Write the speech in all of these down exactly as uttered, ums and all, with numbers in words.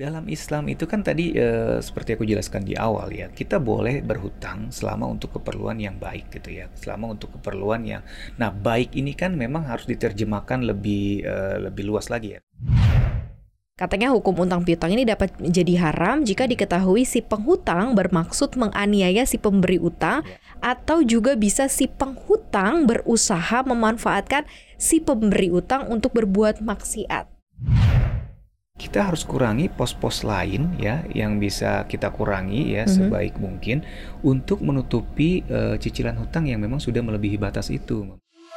Dalam Islam itu kan tadi eh, seperti aku jelaskan di awal ya, kita boleh berhutang selama untuk keperluan yang baik gitu ya, selama untuk keperluan yang, nah baik ini kan memang harus diterjemahkan lebih eh, lebih luas lagi ya. Katanya hukum utang piutang ini dapat menjadi haram jika diketahui si penghutang bermaksud menganiaya si pemberi utang, atau juga bisa si penghutang berusaha memanfaatkan si pemberi utang untuk berbuat maksiat. Kita harus kurangi pos-pos lain ya yang bisa kita kurangi ya Mhm. sebaik mungkin untuk menutupi eh, cicilan hutang yang memang sudah melebihi batas itu.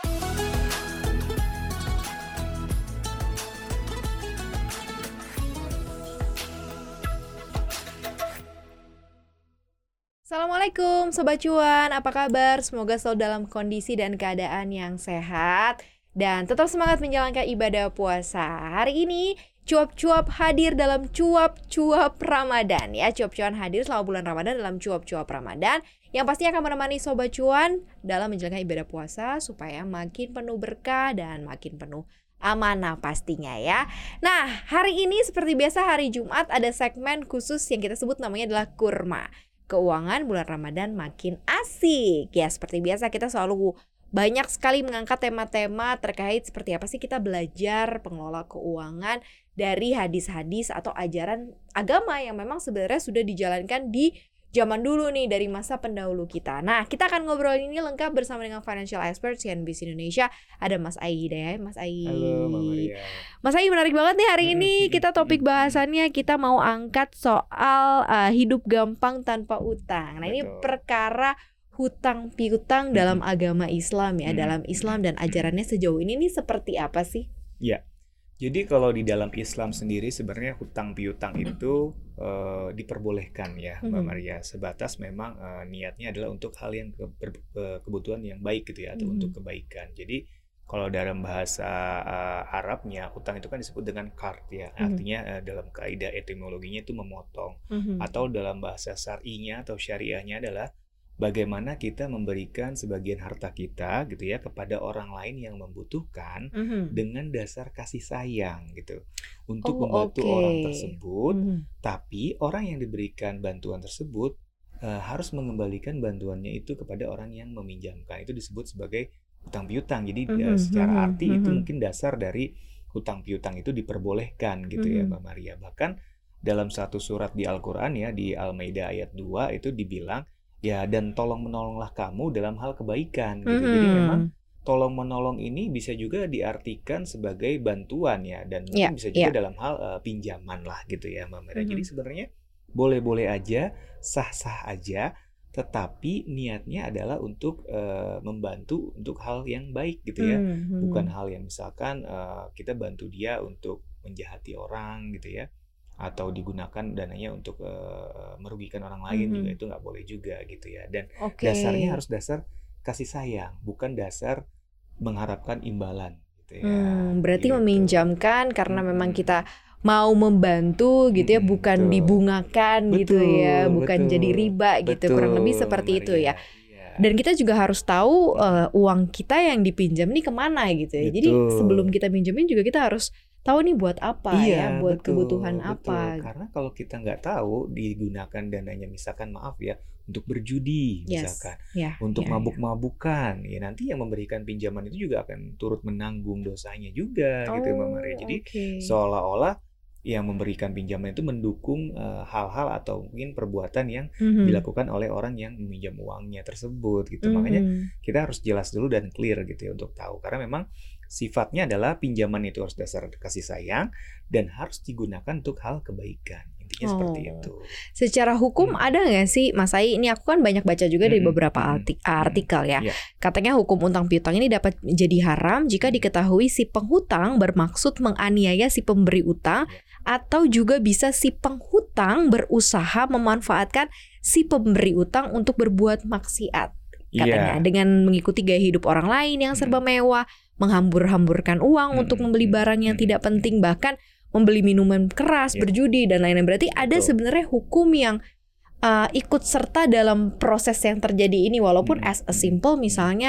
Assalamualaikum Sobat Cuan, apa kabar? Semoga selalu dalam kondisi dan keadaan yang sehat dan tetap semangat menjalankan ibadah puasa. Hari ini cuap-cuap hadir dalam cuap-cuap Ramadan ya. Cuap-cuan hadir selama bulan Ramadan dalam cuap-cuap Ramadan yang pastinya akan menemani Sobat Cuan dalam menjalankan ibadah puasa supaya makin penuh berkah dan makin penuh amanah pastinya ya. Nah, hari ini seperti biasa hari Jumat ada segmen khusus yang kita sebut namanya adalah kurma. Keuangan bulan Ramadan makin asik. Ya, seperti biasa kita selalu banyak sekali mengangkat tema-tema terkait seperti apa sih kita belajar pengelola keuangan dari hadis-hadis atau ajaran agama yang memang sebenarnya sudah dijalankan di zaman dulu nih dari masa pendahulu kita. Nah, kita akan ngobrol ini lengkap bersama dengan financial expert C N B C Indonesia. Ada Mas Ai ya, Mas Ai. Halo Mbak Maria. Mas Ai, menarik banget nih hari ini. Kita topik bahasannya kita mau angkat soal uh, hidup gampang tanpa utang. Nah, ini Betul. perkara hutang piutang dalam agama Islam ya, Hmm. dalam Islam dan ajarannya sejauh ini nih seperti apa sih? Ya, jadi kalau di dalam Islam sendiri sebenarnya hutang piutang itu eh, diperbolehkan ya Mbak Mhm. Maria. Sebatas memang eh, niatnya adalah untuk hal yang ke- ber- ke- kebutuhan yang baik gitu ya, atau Mhm. untuk kebaikan. Jadi kalau dalam bahasa eh, Arabnya hutang itu kan disebut dengan qard ya. Mhm. Artinya eh, dalam kaidah etimologinya itu memotong. Mhm. Atau dalam bahasa syar'inya atau syariahnya adalah bagaimana kita memberikan sebagian harta kita gitu ya kepada orang lain yang membutuhkan Mhm. dengan dasar kasih sayang gitu untuk Oh, membantu oke. orang tersebut, Mhm. tapi orang yang diberikan bantuan tersebut eh, harus mengembalikan bantuannya itu kepada orang yang meminjamkan. Itu disebut sebagai hutang piutang. Jadi eh, Mhm. secara Mhm. arti itu Mhm. mungkin dasar dari hutang piutang itu diperbolehkan gitu ya Mhm. Mbak Maria. Bahkan dalam satu surat di Al-Qur'an ya, di Al-Maidah ayat dua itu dibilang ya, dan tolong menolonglah kamu dalam hal kebaikan gitu. Jadi memang Mhm. tolong menolong ini bisa juga diartikan sebagai bantuan ya, dan Ya, mungkin bisa juga ya. dalam hal eh, pinjaman lah gitu ya Mbak Mira. Jadi Mhm. sebenarnya boleh-boleh aja, sah-sah aja, tetapi niatnya adalah untuk eh, membantu untuk hal yang baik gitu ya. Mhm. Bukan hal yang misalkan eh, kita bantu dia untuk menjahati orang gitu ya, atau digunakan dananya untuk eh, merugikan orang lain, juga Mhm. itu nggak boleh juga gitu ya. Dan Oke. dasarnya harus dasar kasih sayang, bukan dasar mengharapkan imbalan gitu ya. Hmm, berarti Gitu. meminjamkan karena memang Mm-mm. kita mau membantu gitu ya, Mm-mm, bukan betul. dibungakan gitu ya, Betul, bukan jadi betul. riba gitu, kurang lebih Betul, seperti itu Maria. ya. Iya. Dan kita juga harus tahu Mm-mm. eh, uang kita yang dipinjam nih kemana gitu ya. Jadi Betul. sebelum kita minjemin juga kita harus tahu nih buat apa ya, Iya, buat betul, kebutuhan betul. apa. Karena kalau kita nggak tahu digunakan dananya, misalkan maaf ya, untuk berjudi Yes, misalkan, ya, untuk ya, ya. mabuk-mabukan, ya nanti yang memberikan pinjaman itu juga akan turut menanggung dosanya juga gitu Mbak Maria. Oh, Jadi oke. seolah-olah yang memberikan pinjaman itu mendukung eh, hal-hal atau mungkin perbuatan yang Mhm. dilakukan oleh orang yang meminjam uangnya tersebut gitu. Makanya Mhm. kita harus jelas dulu dan clear gitu ya untuk tahu. Karena memang sifatnya adalah pinjaman itu harus dasar kasih sayang dan harus digunakan untuk hal kebaikan. Intinya seperti Oh. itu. Secara hukum Hmm. ada nggak sih Mas Ai? Ini aku kan banyak baca juga dari Mm-mm, beberapa mm-mm, arti- mm-mm. artikel ya. Iya. Katanya hukum utang piutang ini dapat menjadi haram jika diketahui si penghutang bermaksud menganiaya si pemberi utang, Iya. atau juga bisa si penghutang berusaha memanfaatkan si pemberi utang untuk berbuat maksiat. Katanya Iya. dengan mengikuti gaya hidup orang lain yang serba mewah, menghambur-hamburkan uang untuk Mm-mm, membeli barang yang mm-mm, tidak penting, bahkan membeli minuman keras, Iya. berjudi dan lain-lain. Berarti ada Betul. sebenarnya hukum yang uh, ikut serta dalam proses yang terjadi ini, walaupun Mm-mm, as a mm-mm, simple mm-mm. misalnya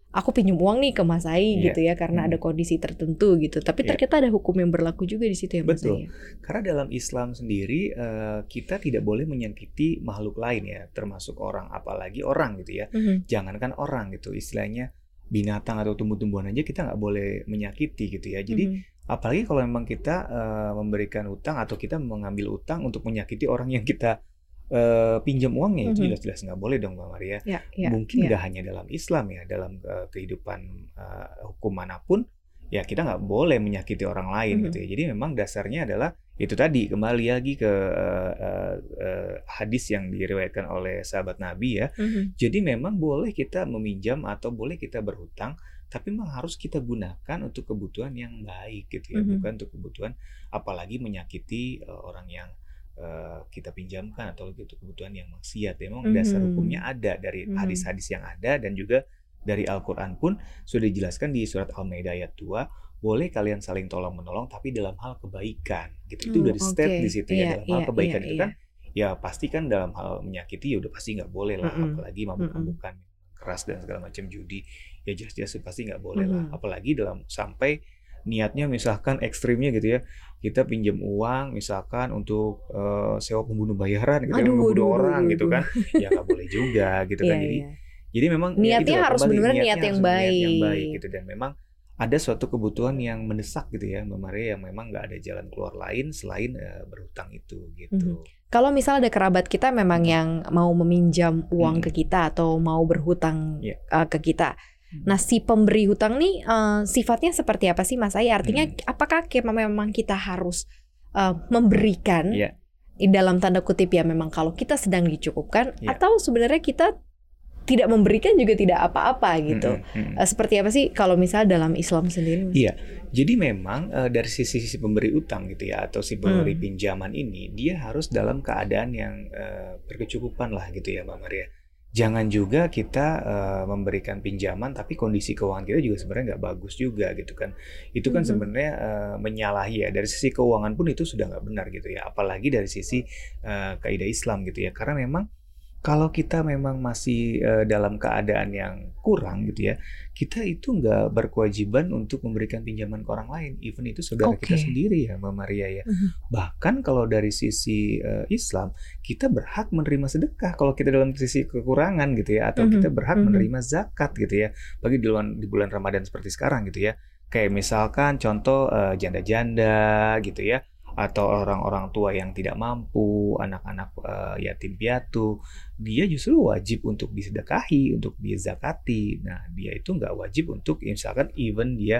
aku pinjam uang nih ke Mas Ai Iya. gitu ya karena Hmm. ada kondisi tertentu gitu. Tapi Iya. ternyata ada hukum yang berlaku juga di situ ya Mas Betul. Ai. Karena dalam Islam sendiri eh, kita tidak boleh menyakiti makhluk lain ya, termasuk orang, apalagi orang gitu ya. Mhm. Jangankan orang gitu, istilahnya binatang atau tumbuh-tumbuhan aja kita nggak boleh menyakiti gitu ya. Jadi Mhm. apalagi kalau memang kita eh, memberikan utang atau kita mengambil utang untuk menyakiti orang yang kita eh, pinjam uangnya, itu Mhm. jelas-jelas nggak boleh dong Mbak Maria. Ya, ya, Mungkin ya. nggak hanya dalam Islam ya, dalam eh, kehidupan eh, hukum manapun ya kita nggak boleh menyakiti orang lain Mhm. gitu ya. Jadi memang dasarnya adalah itu tadi, kembali lagi ke eh, eh, eh, hadis yang diriwayatkan oleh sahabat Nabi ya. Mhm. Jadi memang boleh kita meminjam atau boleh kita berhutang, tapi memang harus kita gunakan untuk kebutuhan yang baik gitu ya, Mhm. bukan untuk kebutuhan apalagi menyakiti eh, orang yang eh, kita pinjamkan atau untuk kebutuhan yang maksiat. Ya, memang dasar Mhm. hukumnya ada dari Mhm. hadis-hadis yang ada dan juga dari Al-Quran pun sudah dijelaskan di surat Al-Maidah ayat dua, boleh kalian saling tolong-menolong tapi dalam hal kebaikan gitu. Itu Oh, udah di state oke. di situ ya, Iya, dalam hal iya, kebaikan iya, itu iya. kan ya pasti kan dalam hal menyakiti ya udah pasti nggak boleh lah, Mhm. apalagi Mhm. mabuk-mabukan keras dan segala macam judi ya jelas-jelas pasti nggak boleh lah, Mhm. apalagi dalam sampai niatnya misalkan ekstrimnya gitu ya, kita pinjam uang misalkan untuk eh, sewa pembunuh bayaran gitu ya, Aduh, ngebunuh aduh, aduh, orang aduh, gitu aduh. kan, ya nggak boleh juga gitu Iya, kan. Jadi iya. jadi memang ya Niatnya itulah harus kembali benar-benar niat niatnya yang harus niat yang baik baik. gitu, dan memang ada suatu kebutuhan yang mendesak gitu ya Mbak Maria, yang memang nggak ada jalan keluar lain selain eh, berhutang itu Mhm. gitu. Kalau misal ada kerabat kita memang Mhm. yang mau meminjam uang ke Mhm. kita atau mau berhutang Iya. uh, ke kita. Mhm. Nah, si pemberi hutang nih uh, sifatnya seperti apa sih Mas Ai? Artinya Mhm. apakah kayak memang kita harus uh, memberikan Iya. di dalam tanda kutip ya memang kalau kita sedang dicukupkan, Iya. atau sebenarnya kita tidak memberikan juga tidak apa-apa gitu. Mhm. Mhm. Uh, seperti apa sih kalau misal dalam Islam sendiri Mas? Iya, jadi memang eh, dari sisi sisi pemberi utang gitu ya, atau si pemberi Hmm. pinjaman ini, dia harus dalam keadaan yang eh, berkecukupan lah gitu ya Mbak Maria. Jangan juga kita eh, memberikan pinjaman tapi kondisi keuangan kita juga sebenarnya nggak bagus juga gitu kan. Itu kan Mhm. sebenarnya eh, menyalahi ya, dari sisi keuangan pun itu sudah nggak benar gitu ya. Apalagi dari sisi eh, kaidah Islam gitu ya. Karena memang kalau kita memang masih eh, dalam keadaan yang kurang gitu ya, kita itu nggak berkewajiban untuk memberikan pinjaman ke orang lain, even itu saudara kita Oke. sendiri ya Mbak Maria ya. Mhm. Bahkan kalau dari sisi eh, Islam, kita berhak menerima sedekah kalau kita dalam sisi kekurangan gitu ya, atau Mhm. kita berhak Mhm. menerima zakat gitu ya, bagi di bulan, di bulan Ramadan seperti sekarang gitu ya. Kayak misalkan contoh eh, janda-janda gitu ya, atau orang-orang tua yang tidak mampu, anak-anak eh, yatim piatu, dia justru wajib untuk disedekahi, untuk dizakati. Nah, dia itu nggak wajib untuk misalkan even dia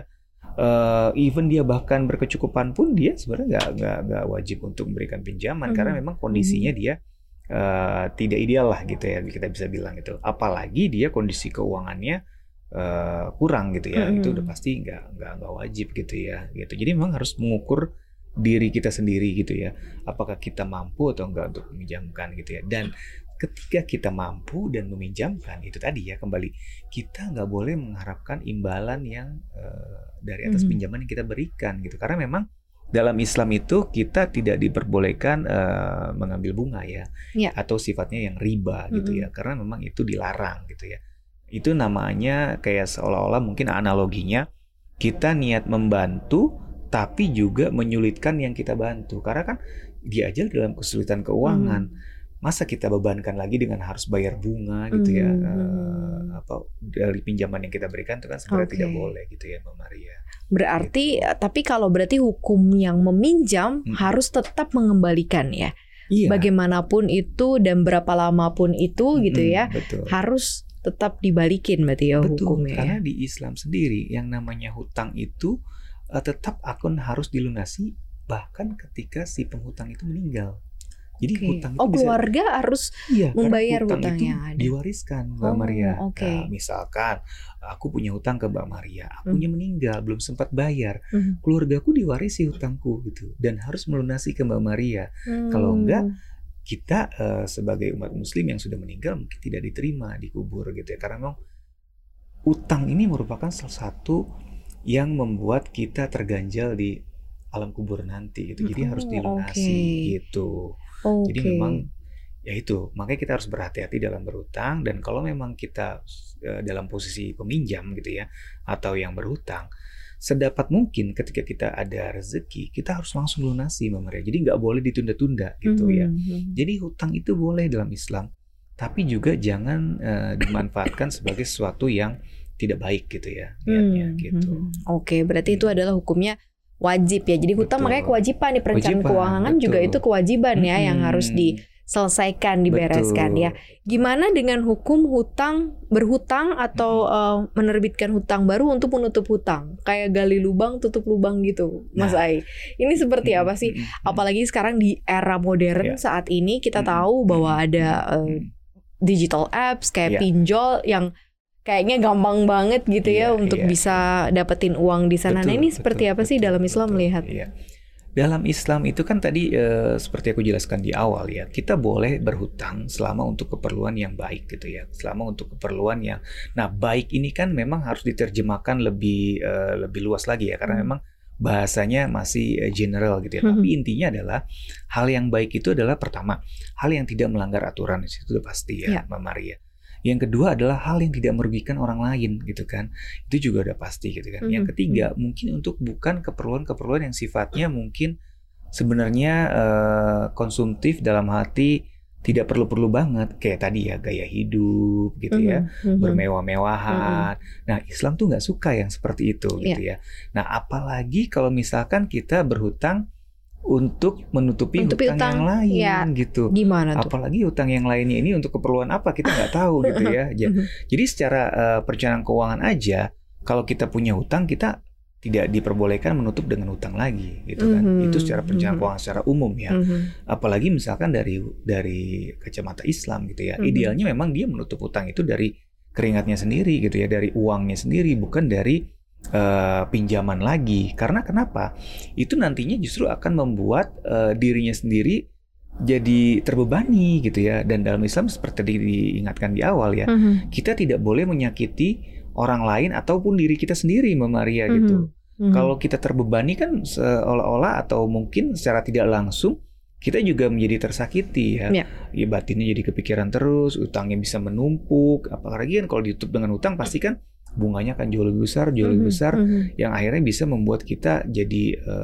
eh, even dia bahkan berkecukupan pun dia sebenarnya nggak nggak nggak wajib untuk memberikan pinjaman, karena Mhm. memang kondisinya Mhm. dia eh, tidak ideal lah gitu ya, kita bisa bilang gitu. Apalagi dia kondisi keuangannya eh, kurang gitu ya, itu udah Mhm. pasti nggak nggak nggak wajib gitu ya gitu. Jadi memang harus mengukur diri kita sendiri gitu ya, apakah kita mampu atau enggak untuk meminjamkan gitu ya. Dan ketika kita mampu dan meminjamkan, itu tadi ya, kembali kita nggak boleh mengharapkan imbalan yang eh, dari atas Mhm. pinjaman yang kita berikan gitu, karena memang dalam Islam itu kita tidak diperbolehkan eh, mengambil bunga ya, Ya. atau sifatnya yang riba gitu Mhm. ya, karena memang itu dilarang gitu ya. Itu namanya kayak seolah-olah mungkin analoginya kita niat membantu tapi juga menyulitkan yang kita bantu, karena kan dia aja dalam kesulitan keuangan, Mhm. masa kita bebankan lagi dengan harus bayar bunga gitu ya, eh, Mhm. apa dari pinjaman yang kita berikan itu kan sebenarnya tidak Oke. boleh gitu ya Mbak Maria. Berarti, Gitu. eh, tapi kalau berarti hukum yang meminjam Mhm. harus tetap mengembalikan ya. Iya. Bagaimanapun itu dan berapa lama pun itu gitu Mhm, ya, betul. harus tetap dibalikin berarti ya Betul, hukumnya ya. karena di Islam sendiri yang namanya hutang itu eh, tetap akan harus dilunasi bahkan ketika si penghutang itu meninggal. Jadi Oke. hutang itu Oh, bisa, keluarga harus iya, karena membayar hutang hutang itu yang ada. diwariskan Mbak Oh, Maria. oke. Nah, misalkan aku punya hutang ke Mbak Maria, Hmm. akunya meninggal, belum sempat bayar, Mhm. keluargaku diwarisi hutangku gitu, dan harus melunasi ke Mbak Maria. Kalau enggak, Hmm. kita eh, sebagai umat Muslim yang sudah meninggal mungkin tidak diterima dikubur gitu ya, karena memang utang ini merupakan salah satu yang membuat kita terganjal di alam kubur nanti gitu. Jadi harus Oh, dilunasi oke. gitu. Jadi Oke. memang Ya itu, makanya kita harus berhati-hati dalam berhutang, dan kalau memang kita uh, dalam posisi peminjam gitu ya, atau yang berhutang, sedapat mungkin ketika kita ada rezeki, kita harus langsung lunasi Mbak Maria. Jadi nggak boleh ditunda-tunda gitu ya. Mhm. Jadi hutang itu boleh dalam Islam, tapi juga jangan uh, dimanfaatkan sebagai sesuatu yang tidak baik gitu ya, niatnya Hmm, gitu. hmm. Oke, berarti itu Hmm. adalah hukumnya wajib ya. Jadi hutang Betul. makanya kewajiban nih, perencanaan Kewajiban, keuangan juga betul. itu kewajiban ya yang harus Mm-mm. diselesaikan, dibereskan ya. Betul. Gimana dengan hukum hutang berhutang atau uh, menerbitkan hutang baru untuk menutup hutang? Kayak gali lubang tutup lubang gitu, Mas Nah. Ai. Ini seperti apa sih? Mm-mm. Apalagi sekarang di era modern Ya. saat ini kita Mm-mm. tahu bahwa ada uh, Mm-mm. digital apps kayak Ya. pinjol yang kayaknya gampang banget gitu ya Iya, untuk iya, bisa dapetin uang di sana. Nah, Betul, ini seperti betul, apa sih betul, dalam Islam betul. melihat? Iya. Dalam Islam itu kan tadi eh, seperti aku jelaskan di awal ya, kita boleh berhutang selama untuk keperluan yang baik gitu ya, selama untuk keperluan yang, nah baik ini kan memang harus diterjemahkan lebih eh, lebih luas lagi ya, karena Hmm. memang bahasanya masih eh, general gitu ya. Hmm. Tapi intinya adalah hal yang baik itu adalah pertama, hal yang tidak melanggar aturan, itu sudah pasti ya, Ya. Mbak Maria. Yang kedua adalah hal yang tidak merugikan orang lain gitu kan. Itu juga udah pasti gitu kan. Mhm, Yang ketiga, mungkin untuk bukan keperluan-keperluan yang sifatnya mungkin sebenarnya eh, konsumtif dalam hati tidak perlu-perlu banget, kayak tadi ya gaya hidup gitu ya, Mhm, mhm. bermewah-mewahan. Nah, Islam tuh nggak suka yang seperti itu gitu ya. Nah, apalagi kalau misalkan kita berhutang untuk menutupi Menutupi hutang, hutang, yang lain ya. gitu. Gimana tuh? Apalagi hutang yang lainnya ini untuk keperluan apa kita nggak tahu gitu ya. Ja- Mhm. Jadi secara eh, perencanaan keuangan aja, kalau kita punya hutang kita tidak diperbolehkan menutup dengan hutang lagi gitu kan. Mhm, Itu secara perencanaan mhm. keuangan secara umum ya. Mhm. Apalagi misalkan dari dari kacamata Islam gitu ya. Mhm. Idealnya memang dia menutup hutang itu dari keringatnya sendiri gitu ya, dari uangnya sendiri, bukan dari eh, pinjaman lagi. Karena kenapa? Itu nantinya justru akan membuat eh, dirinya sendiri jadi terbebani gitu ya. Dan dalam Islam seperti tadi diingatkan di awal ya, Mhm. kita tidak boleh menyakiti orang lain ataupun diri kita sendiri, Mbak Maria Mhm. gitu. Mhm. Kalau kita terbebani kan seolah-olah atau mungkin secara tidak langsung kita juga menjadi tersakiti ya. Ya. Ya batinnya jadi kepikiran terus, utangnya bisa menumpuk. Apalagi kan kalau ditutup dengan utang pasti kan bunganya akan jauh lebih besar, jauh lebih Mhm, besar, mhm. yang akhirnya bisa membuat kita jadi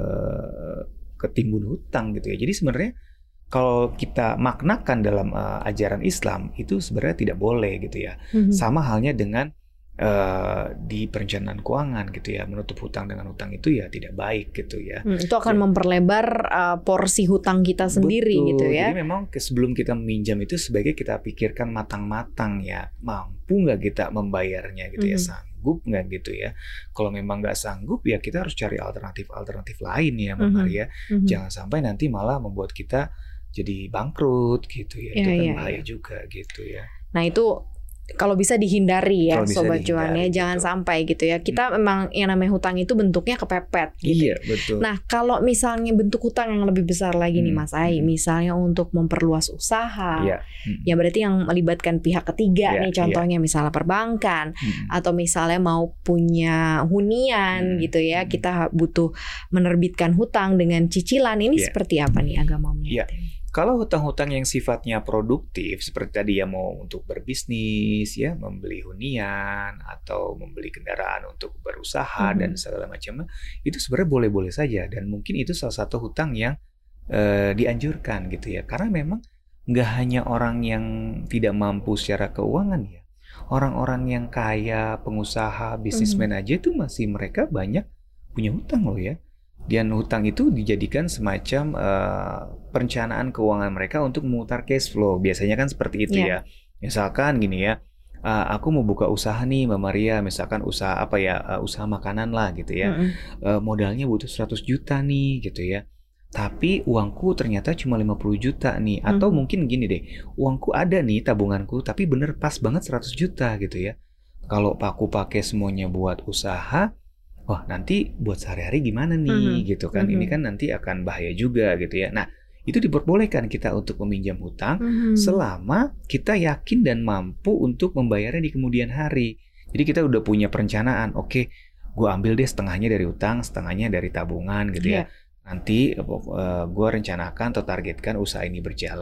eh, ketimbun hutang gitu ya. Jadi sebenarnya kalau kita maknakan dalam eh, ajaran Islam itu sebenarnya tidak boleh gitu ya. Mhm. Sama halnya dengan eh, di perencanaan keuangan gitu ya, menutup hutang dengan hutang itu ya tidak baik gitu ya. Hmm, itu akan memperlebar uh, porsi hutang kita sendiri Betul. gitu ya. Jadi memang ke- sebelum kita meminjam itu sebaiknya kita pikirkan matang-matang ya, mampu nggak kita membayarnya gitu ya, Mhm. sanggup nggak gitu ya. Kalau memang nggak sanggup ya kita harus cari alternatif-alternatif lain ya, Mbak Mhm. Maria. Mhm. Jangan sampai nanti malah membuat kita jadi bangkrut gitu ya. Itu Ya, kan ya, bahaya ya. juga gitu ya. Nah itu kalau bisa dihindari ya Kalau bisa Sobat Cuan ya, dihindari, jangan betul. sampai gitu ya. Kita memang yang namanya hutang itu bentuknya kepepet gitu. Iya, betul. Nah kalau misalnya bentuk hutang yang lebih besar lagi nih Hmm, Mas Ai, hmm. misalnya untuk memperluas usaha, Iya. Mm. ya berarti yang melibatkan pihak ketiga Iya, nih, contohnya misalnya perbankan Mm. atau misalnya mau punya hunian Hmm, gitu ya, hmm. kita butuh menerbitkan hutang dengan cicilan. Ini Iya. seperti apa nih agama Iya. melihatnya? Kalau hutang-hutang yang sifatnya produktif, seperti tadi ya mau untuk berbisnis, ya membeli hunian atau membeli kendaraan untuk berusaha Mhm. dan segala macamnya, itu sebenarnya boleh-boleh saja dan mungkin itu salah satu hutang yang eh, dianjurkan gitu ya, karena memang nggak hanya orang yang tidak mampu secara keuangan ya, orang-orang yang kaya, pengusaha, bisnismen aja itu masih mereka banyak punya hutang loh ya. Dan hutang itu dijadikan semacam eh, perencanaan keuangan mereka untuk memutar cash flow. Biasanya kan seperti itu Iya. ya. Misalkan gini ya, eh, aku mau buka usaha nih Mbak Maria, misalkan usaha apa ya, eh, usaha makanan lah gitu ya. Mhm. Eh, modalnya butuh seratus juta nih gitu ya. Tapi uangku ternyata cuma lima puluh juta nih. Atau Mhm. mungkin gini deh, uangku ada nih tabunganku, tapi bener pas banget seratus juta gitu ya. Kalau aku pakai semuanya buat usaha, wah nanti buat sehari-hari gimana nih Mhm. gitu kan. Ini Mhm. kan nanti akan bahaya juga gitu ya. Nah, itu diperbolehkan kita untuk meminjam hutang Mhm. selama kita yakin dan mampu untuk membayarnya di kemudian hari. Jadi kita udah punya perencanaan, oke, gue ambil deh setengahnya dari hutang, setengahnya dari tabungan gitu ya. Iya. Nanti uh, gue rencanakan atau targetkan usaha ini berjalan,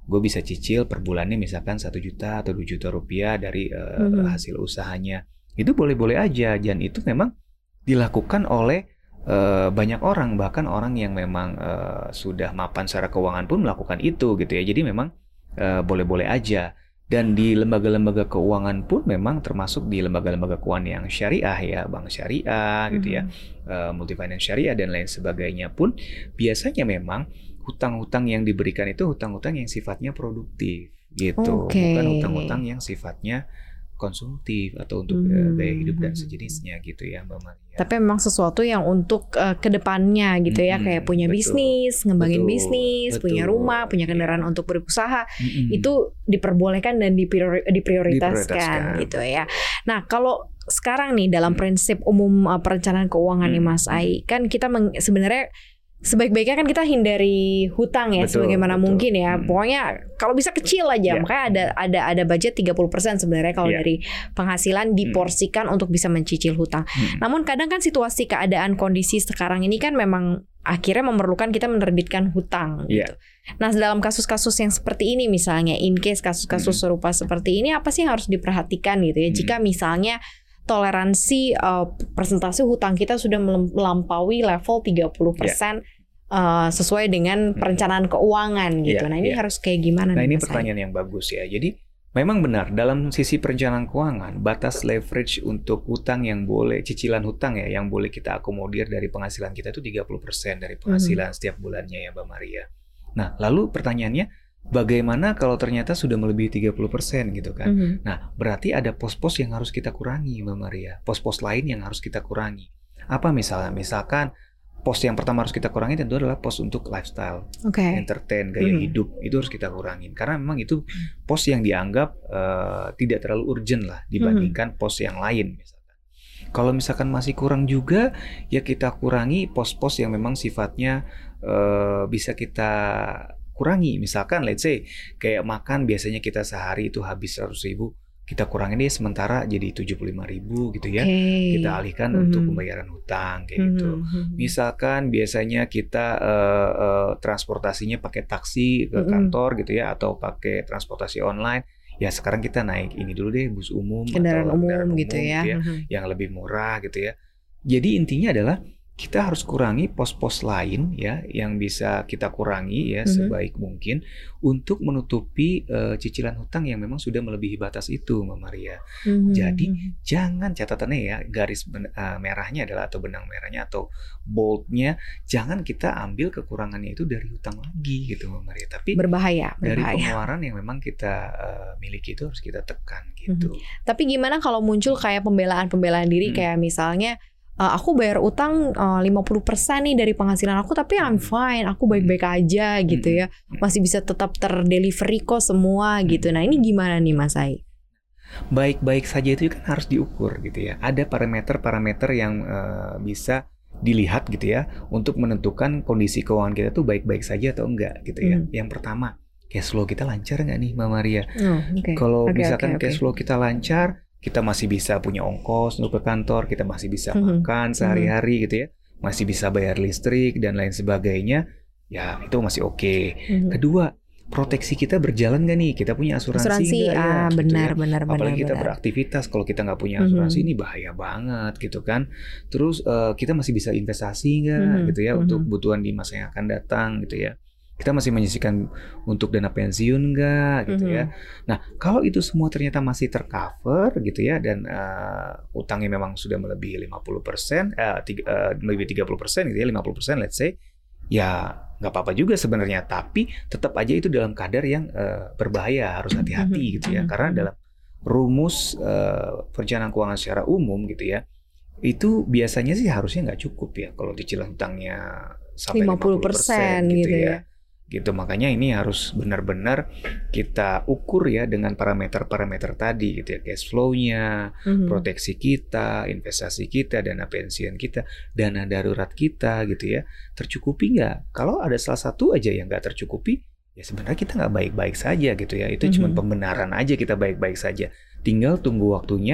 gue bisa cicil per bulannya misalkan satu juta atau dua juta rupiah dari uh, Mhm. hasil usahanya. Itu boleh-boleh aja, dan itu memang dilakukan oleh uh, banyak orang, bahkan orang yang memang uh, sudah mapan secara keuangan pun melakukan itu gitu ya. Jadi memang uh, boleh-boleh aja. Dan di lembaga-lembaga keuangan pun memang termasuk di lembaga-lembaga keuangan yang syariah ya, bank syariah gitu ya, uh, multifinance syariah dan lain sebagainya pun biasanya memang hutang-hutang yang diberikan itu hutang-hutang yang sifatnya produktif gitu, Oke. bukan hutang-hutang yang sifatnya konsumtif atau untuk uh, gaya hidup dan sejenisnya gitu ya Mbak Maria. Tapi memang sesuatu yang untuk uh, kedepannya gitu ya, Mm-mm, kayak punya betul. bisnis, ngembangin Betul, bisnis, betul. punya rumah, punya kendaraan Iya. untuk berusaha, Mm-mm. itu diperbolehkan dan dipriori- diprioritaskan Diprioritaskan, gitu ya. betul. Nah, kalau sekarang nih dalam Hmm. prinsip umum uh, perencanaan keuangan nih Hmm. Mas Ai, kan kita meng- sebenarnya sebaik-baiknya kan kita hindari hutang ya, Betul, sebagaimana betul. mungkin ya. Hmm. Pokoknya kalau bisa kecil aja. Ya. Makanya ada ada ada budget tiga puluh persen sebenarnya kalau Ya. dari penghasilan diporsikan untuk bisa mencicil hutang. Hmm. Namun kadang kan situasi keadaan kondisi sekarang ini kan memang akhirnya memerlukan kita menerbitkan hutang Iya. gitu. Nah, dalam kasus-kasus yang seperti ini misalnya, in case kasus-kasus serupa seperti ini, apa sih yang harus diperhatikan gitu ya? Hmm. Jika misalnya toleransi uh, persentase hutang kita sudah melem- melampaui level tiga puluh persen uh, sesuai dengan perencanaan keuangan gitu. Iya, Nah, ini iya. harus kayak gimana Nah nih ini Mas Ai? pertanyaan yang bagus ya. Jadi memang benar dalam sisi perencanaan keuangan batas leverage untuk hutang yang boleh, cicilan hutang ya, yang boleh kita akomodir dari penghasilan kita itu tiga puluh persen dari penghasilan setiap bulannya ya Mbak Maria. Nah lalu pertanyaannya, bagaimana kalau ternyata sudah melebihi tiga puluh persen gitu kan? Mhm. Nah berarti ada pos-pos yang harus kita kurangi Mbak Maria. Pos-pos lain yang harus kita kurangi. Apa misalnya? Misalkan pos yang pertama harus kita kurangi tentu adalah pos untuk lifestyle, Oke. entertain, gaya Hmm. hidup, itu harus kita kurangin karena memang itu pos yang dianggap uh, tidak terlalu urgent lah dibandingkan pos yang lain misalkan. Kalau misalkan masih kurang juga ya kita kurangi pos-pos yang memang sifatnya uh, bisa kita kurangi. Misalkan let's say kayak makan biasanya kita sehari itu habis seratus ribu, kita kurangin deh sementara jadi tujuh puluh lima ribu gitu ya. Oke. Kita alihkan Mhm. untuk pembayaran hutang kayak gitu. Mhm. Misalkan biasanya kita uh, uh, transportasinya pakai taksi ke Mm-mm. kantor gitu ya, atau pakai transportasi online. Ya sekarang kita naik ini dulu deh, bus umum Kendaraan atau umum kendaraan gitu ya. Mhm. yang lebih murah gitu ya. Jadi intinya adalah kita harus kurangi pos-pos lain ya yang bisa kita kurangi ya Mhm. sebaik mungkin untuk menutupi uh, cicilan hutang yang memang sudah melebihi batas itu Mbak Maria. Mhm. Jadi jangan, catatannya ya, garis ben- uh, merahnya adalah atau benang merahnya atau boldnya, jangan kita ambil kekurangannya itu dari hutang lagi gitu Mbak Maria. Tapi berbahaya, dari berbahaya. pengeluaran yang memang kita uh, miliki itu harus kita tekan gitu. Tapi gimana kalau muncul kayak pembelaan-pembelaan diri Hmm. kayak misalnya uh, aku bayar utang uh, lima puluh persen nih dari penghasilan aku tapi I'm fine, aku baik-baik aja gitu ya. Masih bisa tetap terdelivery kok semua gitu. Nah, ini gimana nih Mas Ai? Baik-baik saja itu kan harus diukur gitu ya. Ada parameter-parameter yang uh, bisa dilihat gitu ya untuk menentukan kondisi keuangan kita tuh baik-baik saja atau enggak gitu ya. Hmm. Yang pertama, cash flow kita lancar nggak nih Mbak Maria? Oh, oke. Kalau Oke, misalkan oke, oke. cash flow kita lancar, kita masih bisa punya ongkos untuk ke kantor, kita masih bisa Mhm. makan sehari-hari gitu ya, masih bisa bayar listrik dan lain sebagainya, ya itu masih oke. Mhm. Kedua, proteksi kita berjalan nggak nih? Kita punya asuransi, Asuransi, nggak ya? ah Gitu benar, ya. benar, benar, Apalagi kita benar. beraktivitas, kalau kita nggak punya Mhm. asuransi ini bahaya banget gitu kan. Terus eh, kita masih bisa investasi nggak Mhm, gitu ya mhm. untuk kebutuhan di masa yang akan datang gitu ya. Kita masih menyisihkan untuk dana pensiun nggak gitu Mhm. ya. Nah, kalau itu semua ternyata masih tercover gitu ya dan eh, utangnya memang sudah melebihi lima puluh persen, eh, tiga, eh, melebihi tiga puluh persen gitu ya, lima puluh persen let's say, ya nggak apa-apa juga sebenarnya, tapi tetap aja itu dalam kadar yang eh, berbahaya, harus hati-hati Mhm, gitu ya. mhm, Karena mhm. dalam rumus eh, perencanaan keuangan secara umum gitu ya, itu biasanya sih harusnya nggak cukup ya kalau cicilan hutangnya sampai lima puluh persen gitu ya. Gitu, makanya ini harus benar-benar kita ukur ya dengan parameter-parameter tadi gitu ya, cash flow-nya, Mhm. proteksi kita, investasi kita, dana pensiun kita, dana darurat kita gitu ya, tercukupi nggak? Kalau ada salah satu aja yang nggak tercukupi, ya sebenarnya kita nggak baik-baik saja gitu ya, itu cuma Mhm. pembenaran aja kita baik-baik saja, tinggal tunggu waktunya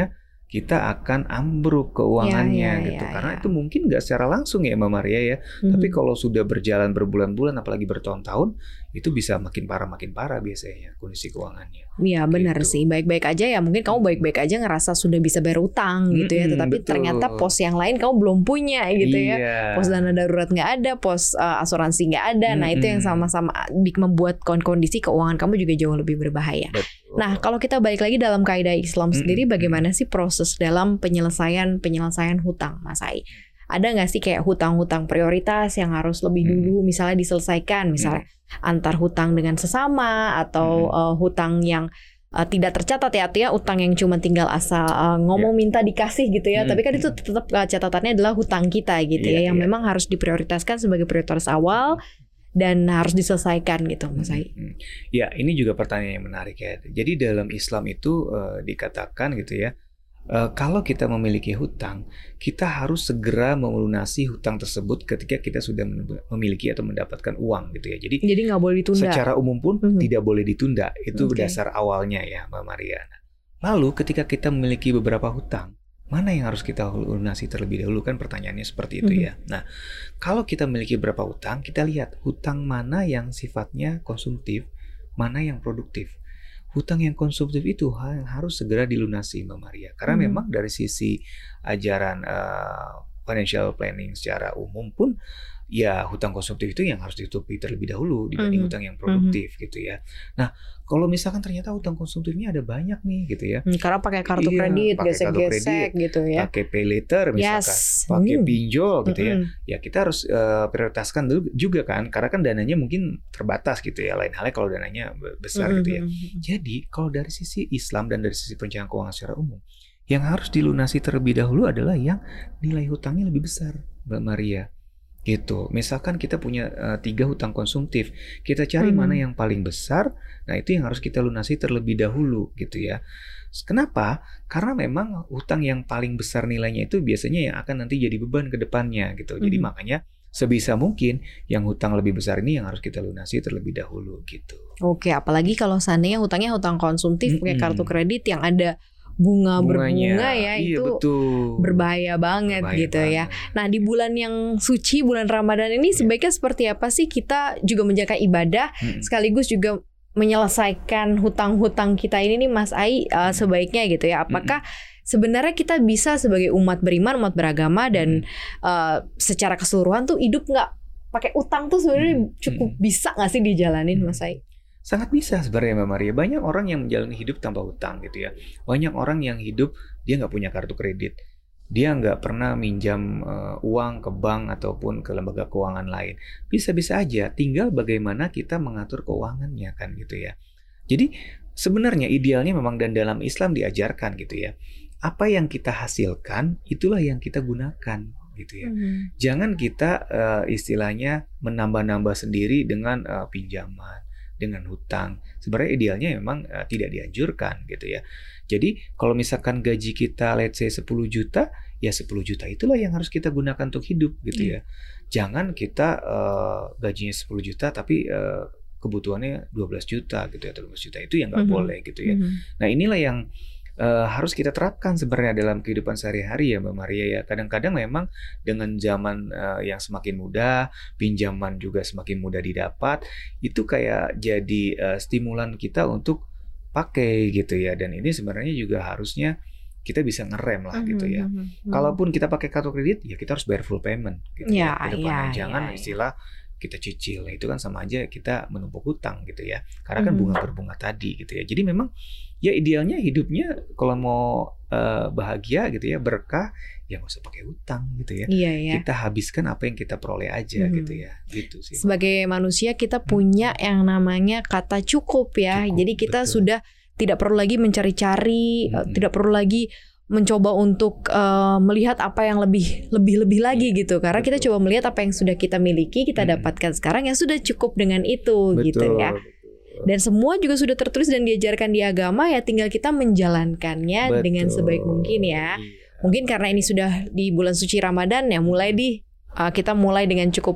kita akan ambruk keuangannya Ya, ya, gitu. ya, Karena ya. itu mungkin nggak secara langsung ya Mbak Maria ya. Mhm. Tapi kalau sudah berjalan berbulan-bulan apalagi bertahun-tahun, itu bisa makin parah makin parah biasanya kondisi keuangannya. Iya benar Gitu. sih, baik-baik aja ya, mungkin kamu baik-baik aja ngerasa sudah bisa bayar utang gitu ya, Mm-mm, tetapi betul. ternyata pos yang lain kamu belum punya gitu ya. Iya. Pos dana darurat nggak ada, pos uh, asuransi nggak ada. Nah itu yang Mm-mm. sama-sama di- membuat kon- kondisi keuangan kamu juga jauh lebih berbahaya. Betul. Nah kalau kita balik lagi dalam kaidah Islam Mm-mm. sendiri, bagaimana sih proses dalam penyelesaian penyelesaian hutang, Mas Ai? Ada nggak sih kayak hutang-hutang prioritas yang harus lebih Mm. dulu misalnya diselesaikan, misalnya antar hutang dengan sesama atau Mm. uh, hutang yang uh, tidak tercatat ya, artinya utang yang cuma tinggal asal uh, ngomong minta dikasih gitu ya, Mm. tapi kan itu tetap uh, catatannya adalah hutang kita gitu Iya, ya, yang iya. memang harus diprioritaskan sebagai prioritas awal dan harus diselesaikan gitu, Mas Ai. Hmm. Ya, ini juga pertanyaan yang menarik ya. Jadi dalam Islam itu eh, dikatakan gitu ya, eh, kalau kita memiliki hutang, kita harus segera melunasi hutang tersebut ketika kita sudah men- memiliki atau mendapatkan uang gitu ya. Jadi Jadi nggak boleh ditunda. secara umum pun Mhm. tidak boleh ditunda. Itu Oke. dasar awalnya ya, Mbak Maria. Lalu ketika kita memiliki beberapa hutang, mana yang harus kita lunasi terlebih dahulu, kan pertanyaannya seperti itu Mhm. ya. Nah, kalau kita memiliki beberapa hutang, kita lihat hutang mana yang sifatnya konsumtif, mana yang produktif. Hutang yang konsumtif itu ha- harus segera dilunasi, Mbak Maria. Karena Mhm. memang dari sisi ajaran eh, financial planning secara umum pun, ya hutang konsumtif itu yang harus ditutupi terlebih dahulu dibanding Mhm. hutang yang produktif gitu ya. Nah, kalau misalkan ternyata hutang konsumtifnya ada banyak nih gitu ya. Hmm, karena pakai kartu Iya, kredit, pakai kartu gesek-gesek gitu ya. Pakai pay later misalkan, Yes. pakai Hmm. pinjol gitu ya. Mm-mm. Ya kita harus eh, prioritaskan dulu juga kan, karena kan dananya mungkin terbatas gitu ya. Lain halnya kalau dananya be- besar gitu ya. Mm-mm. Jadi kalau dari sisi Islam dan dari sisi perencanaan keuangan secara umum, yang harus dilunasi terlebih dahulu adalah yang nilai hutangnya lebih besar, Mbak Maria. Gitu. Misalkan kita punya eh, tiga hutang konsumtif, kita cari Mhm. mana yang paling besar. Nah itu yang harus kita lunasi terlebih dahulu gitu ya. Kenapa? Karena memang hutang yang paling besar nilainya itu biasanya yang akan nanti jadi beban ke depannya gitu. Jadi Mhm. makanya sebisa mungkin yang hutang lebih besar ini yang harus kita lunasi terlebih dahulu gitu. Oke, apalagi kalau seandainya hutangnya hutang konsumtif pakai Mm-mm. kartu kredit yang ada bunga berbunga Bunganya, ya, iya, itu betul. berbahaya banget Berbahaya gitu ya. banget. Nah, di bulan yang suci, bulan Ramadan ini Iya. sebaiknya seperti apa sih kita juga menjaga ibadah Mm-mm. sekaligus juga menyelesaikan hutang-hutang kita ini nih Mas Ai, uh, sebaiknya gitu ya. Apakah sebenarnya kita bisa sebagai umat beriman, umat beragama dan uh, secara keseluruhan tuh hidup nggak pakai utang tuh sebenarnya Hmm. cukup Hmm. bisa nggak sih dijalanin, Mas Ai? Sangat bisa sebenarnya Mbak Maria. Banyak orang yang menjalani hidup tanpa hutang gitu ya. Banyak orang yang hidup dia nggak punya kartu kredit. Dia nggak pernah minjam uh, uang ke bank ataupun ke lembaga keuangan lain. Bisa-bisa aja. Tinggal bagaimana kita mengatur keuangannya kan gitu ya. Jadi sebenarnya idealnya memang dan dalam Islam diajarkan gitu ya. Apa yang kita hasilkan itulah yang kita gunakan gitu ya. Mhm. Jangan kita uh, istilahnya menambah-nambah sendiri dengan uh, pinjaman, dengan hutang. Sebenarnya idealnya memang uh, tidak dianjurkan gitu ya. Jadi kalau misalkan gaji kita let's say sepuluh juta, ya sepuluh juta itulah yang harus kita gunakan untuk hidup gitu ya. Jangan kita uh, gajinya sepuluh juta tapi uh, kebutuhannya dua belas juta gitu ya, atau dua belas juta, itu yang nggak Mhm. boleh gitu ya. Mhm. Nah inilah yang uh, harus kita terapkan sebenarnya dalam kehidupan sehari-hari ya Mbak Maria ya. Kadang-kadang memang dengan zaman uh, yang semakin mudah, pinjaman juga semakin mudah didapat, itu kayak jadi uh, stimulan kita untuk pakai gitu ya. Dan ini sebenarnya juga harusnya kita bisa ngerem lah gitu ya. Mhm. Mhm. Kalaupun kita pakai kartu kredit, ya kita harus bayar full payment gitu ya, Ya, ke depannya. ya, Jangan ya, ya. istilah kita cicil. Nah, itu kan sama aja kita menumpuk hutang gitu ya. Karena kan Mhm. bunga berbunga tadi gitu ya. Jadi memang ya idealnya hidupnya kalau mau uh, bahagia gitu ya, berkah, ya nggak usah pakai hutang gitu ya. Iya ya. Kita habiskan apa yang kita peroleh aja Mhm. gitu ya. Gitu sih. Sebagai manusia kita punya yang namanya kata cukup ya. Cukup, Jadi kita betul. sudah tidak perlu lagi mencari-cari, eh, Mm-mm. tidak perlu lagi mencoba untuk eh, melihat apa yang lebih lebih lebih lagi gitu. Karena kita Betul. coba melihat apa yang sudah kita miliki, kita Mm-mm. dapatkan sekarang yang sudah cukup dengan itu gitu Betul, ya. betul. Dan semua juga sudah tertulis dan diajarkan di agama, ya tinggal kita menjalankannya Betul. dengan sebaik mungkin ya. Iya. Mungkin karena ini sudah di bulan suci Ramadan ya, mulai di uh, kita mulai dengan cukup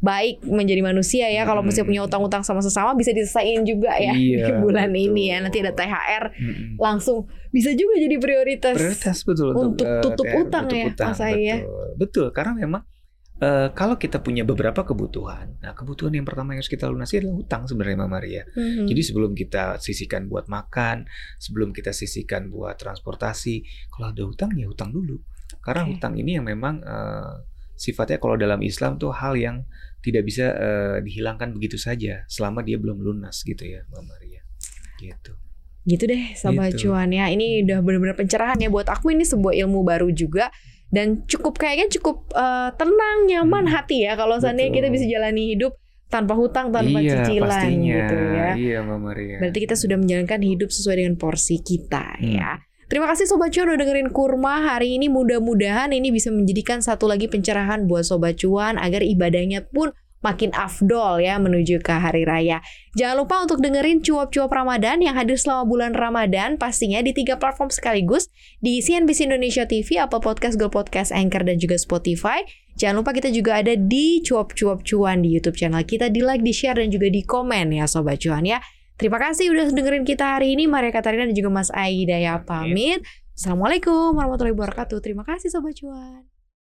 baik menjadi manusia ya. Kalau mesti punya utang-utang sama sesama bisa diselesain juga ya Iya, bulan betul. ini ya. Nanti ada T H R Mm-mm. langsung bisa juga jadi prioritas. Prioritas betul untuk eh, tutup T H R, utang tutup ya, utang, Mas Ai ya. betul. Betul, karena memang eh, kalau kita punya beberapa kebutuhan, nah kebutuhan yang pertama yang harus kita lunasi adalah hutang sebenarnya Mbak Maria. Mhm. Jadi sebelum kita sisihkan buat makan, sebelum kita sisihkan buat transportasi, kalau ada hutang ya hutang dulu. Karena Oke. hutang ini yang memang eh, sifatnya kalau dalam Islam tuh hal yang tidak bisa eh, dihilangkan begitu saja selama dia belum lunas gitu ya Mbak Maria. Gitu. Gitu deh Sobat Gitu. Cuan ya. Ini udah benar-benar pencerahan ya buat aku, ini sebuah ilmu baru juga dan cukup kayaknya cukup eh, tenang, nyaman Hmm. hati ya kalau seandainya kita Betul. bisa jalani hidup tanpa hutang, tanpa Iya, cicilan pastinya. gitu ya. Iya Mbak Maria. Berarti kita sudah menjalankan hidup sesuai dengan porsi kita Hmm. ya. Terima kasih Sobat Cuan udah dengerin Kurma hari ini. Mudah-mudahan ini bisa menjadikan satu lagi pencerahan buat Sobat Cuan agar ibadahnya pun makin afdol ya menuju ke hari raya. Jangan lupa untuk dengerin cuap-cuap Ramadan yang hadir selama bulan Ramadan pastinya di tiga platform sekaligus di C N B C Indonesia T V, Apple Podcast, Google Podcast, Anchor, dan juga Spotify. Jangan lupa kita juga ada di cuap-cuap cuan di YouTube channel kita, di like, di share, dan juga di komen ya Sobat Cuan ya. Terima kasih udah dengerin kita hari ini. Maria Katarina dan juga Mas Ai Hidayah pamit. Assalamualaikum warahmatullahi wabarakatuh. Terima kasih Sobat Cuan.